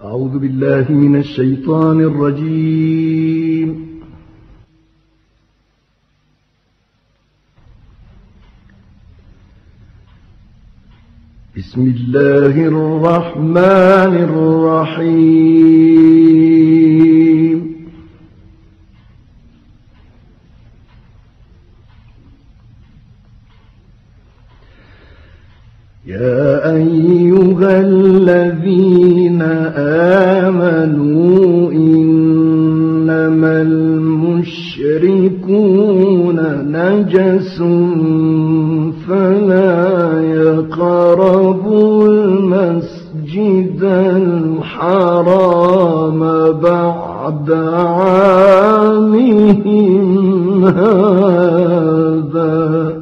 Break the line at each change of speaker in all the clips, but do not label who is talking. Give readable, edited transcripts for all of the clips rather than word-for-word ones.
أعوذ بالله من الشيطان الرجيم. بسم الله الرحمن الرحيم. يا أيها الذين آمنوا إنما المشركون نجس فلا يقربوا المسجد الحرام بعد عامهم هذا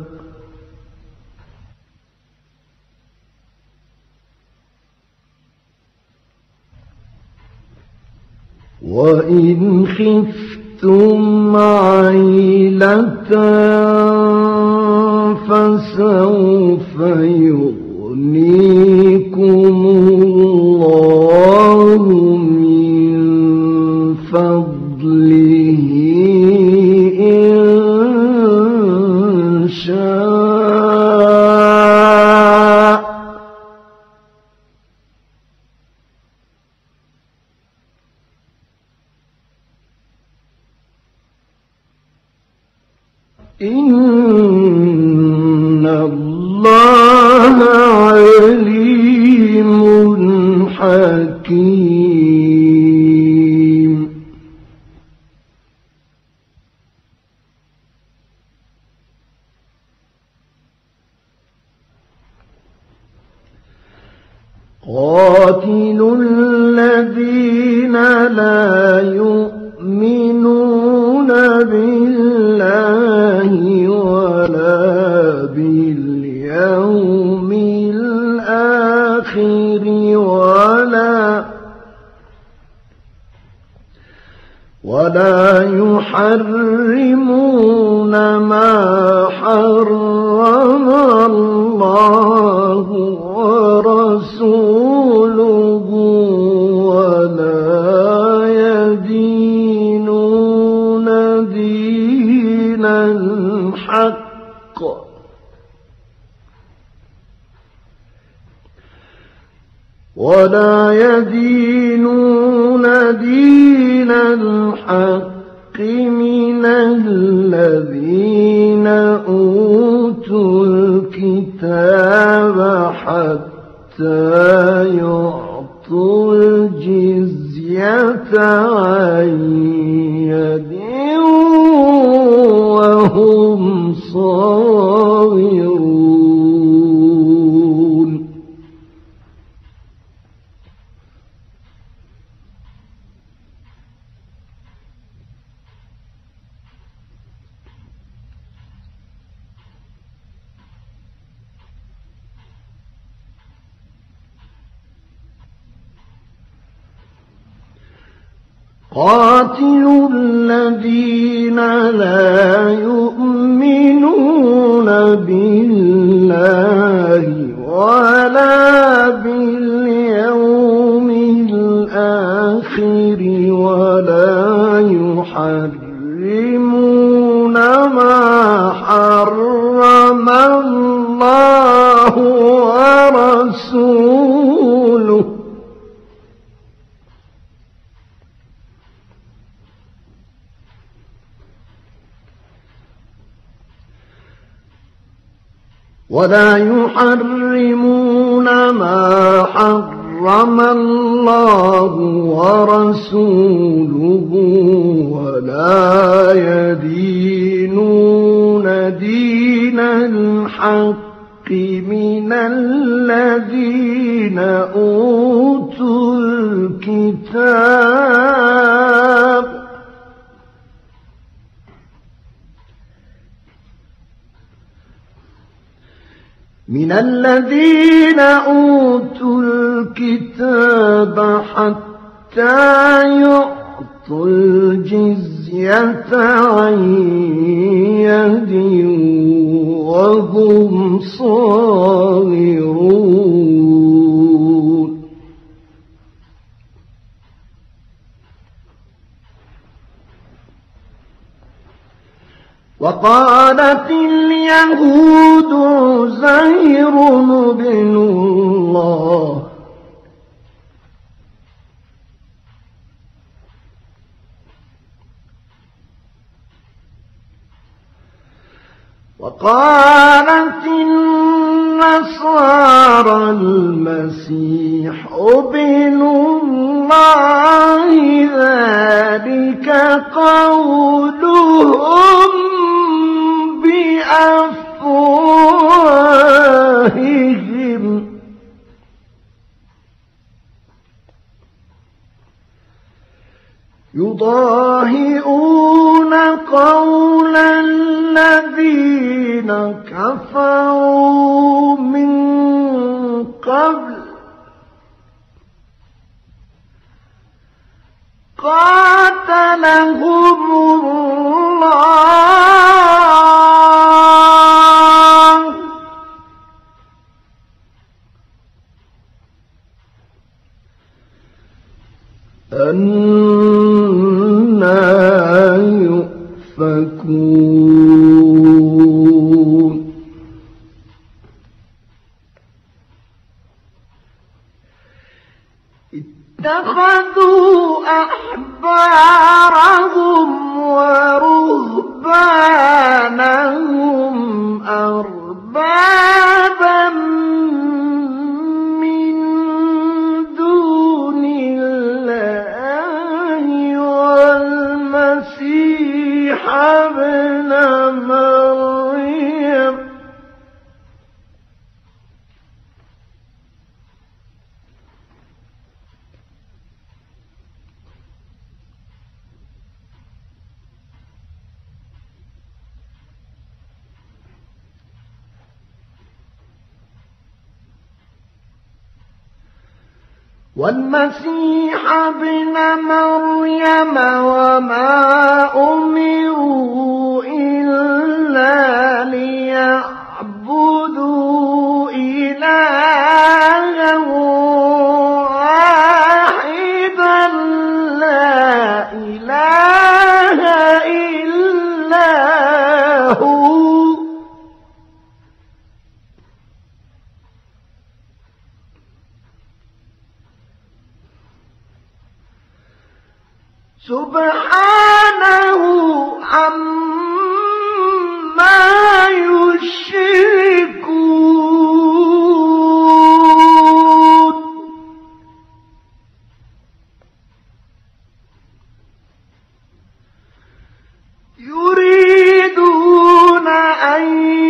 وإن خفتم عيلة فسوف يغنيكم الله من فضله إن شاء إن الله عليم حكيم. قاتلوا الذين لا يؤمنون بالله ولا باليوم الآخر ولا يحرمون ما حرم الله ورسوله ولا يدينون دين الحق من الذين أوتوا الكتاب حتى يعطوا الجزية عن يد وهم صاغرون. قاتلوا الذين لا يؤمنون بالله ولا باليوم الآخر ولا يحرمون ما حرم الله ورسوله ولا يحرمون ما حرم الله ورسوله ولا يدينون دين الحق من الذين أوتوا الكتاب حتى يعطوا الجزية عن يد وهم صاغرون. وقالت اليهود عزير بن الله وقالت النصارى المسيح ابن الله ذلك قولهم بأفواههم يضاهئون قول الذين كفروا من قبل قاتلهم الله أنى يؤفكون اتخذوا أحبارهم ورهبانهم أربابا من دون الله والمسيح ابن مريم وما أمروا إلا ليعبدوا إلها واحدا لا إله إلا هو سبحانه عما يشركون يريدون أن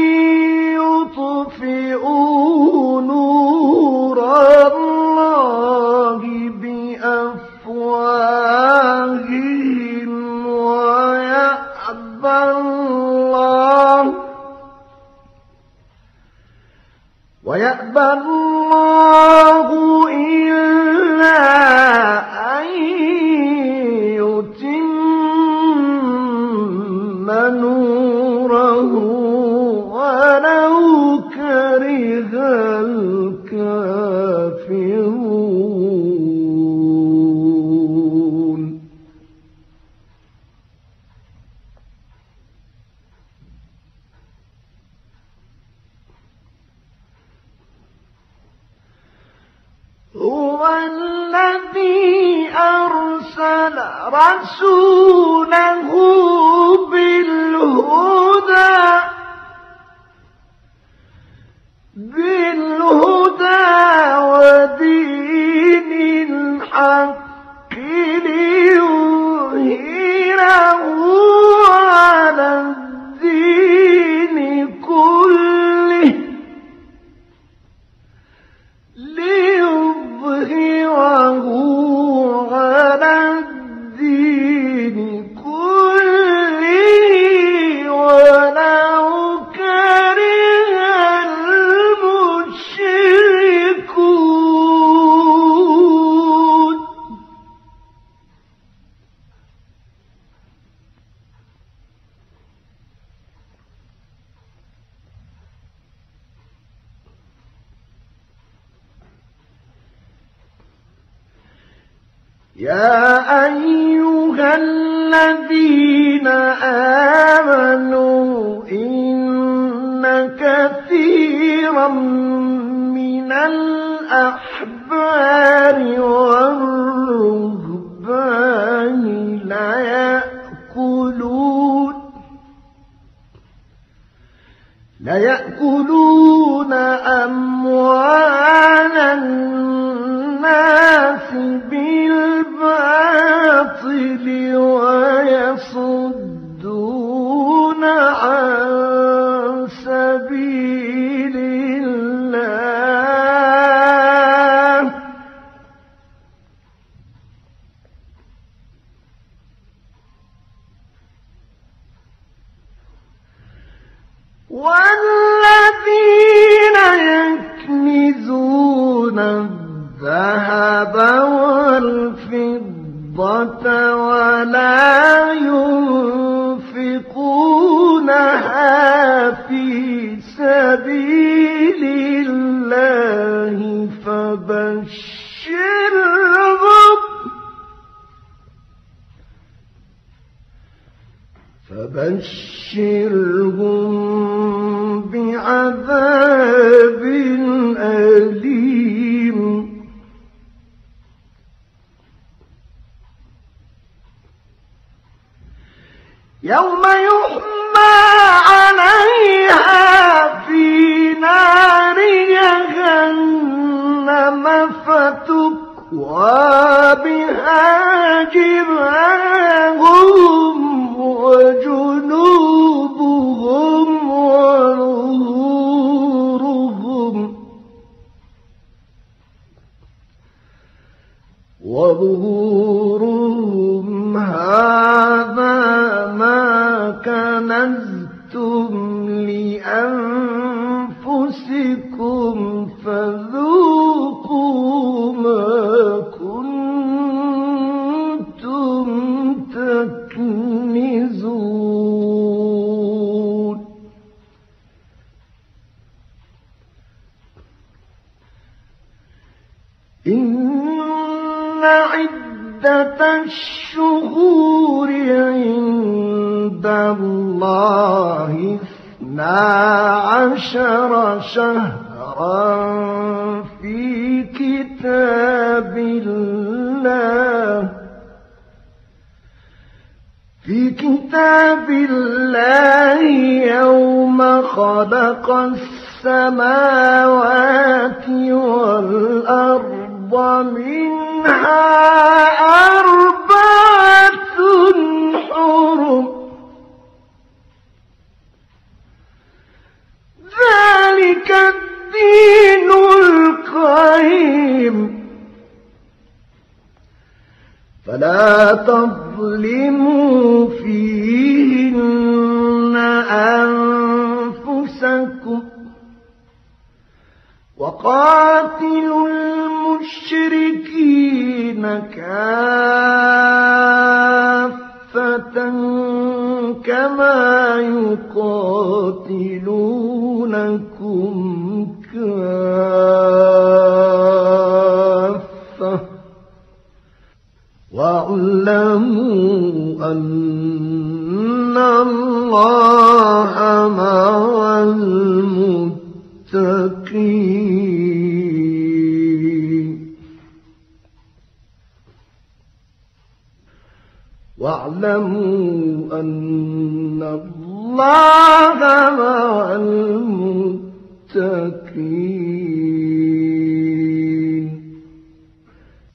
يطفئوا نور الله بأفواههم ويأبى الله إلا أن يتم نوره ولو كره الكافرون هو الذي أرسل رسوله بالهدى ودين الحق ليظهره على الدين كله على الدين كله ولو كره المشركون يا أيها الذين آمنوا إن كثيرا من الأحبار والرهبان ليأكلون أموال الناس بالباطل ويصدون عن سبيل الله والذين يكنزون الذهب والفضة ولا ينفقونها في سبيل الله فبشرهم بعذاب أليم يوم يحمى عليها في نار جهنم فتكوى بها جباههم وجنوبهم وظهورهم هذا ما كنزتم لأنفسكم فذوقوا ما كنتم تكنزون إن عدة الشهور عند الله 12 شهرا في كتاب الله يوم خلق السماوات والأرض منها 4 حرم ذلك الدين القيم فلا تظلموا فيهن أنفسكم وقاتلوا المشركين كافة كما يقاتلونكم كافة واعلموا أن الله مع المتقين واعلموا أن الله مع المتقين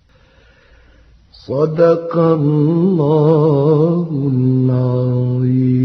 صدق الله العظيم.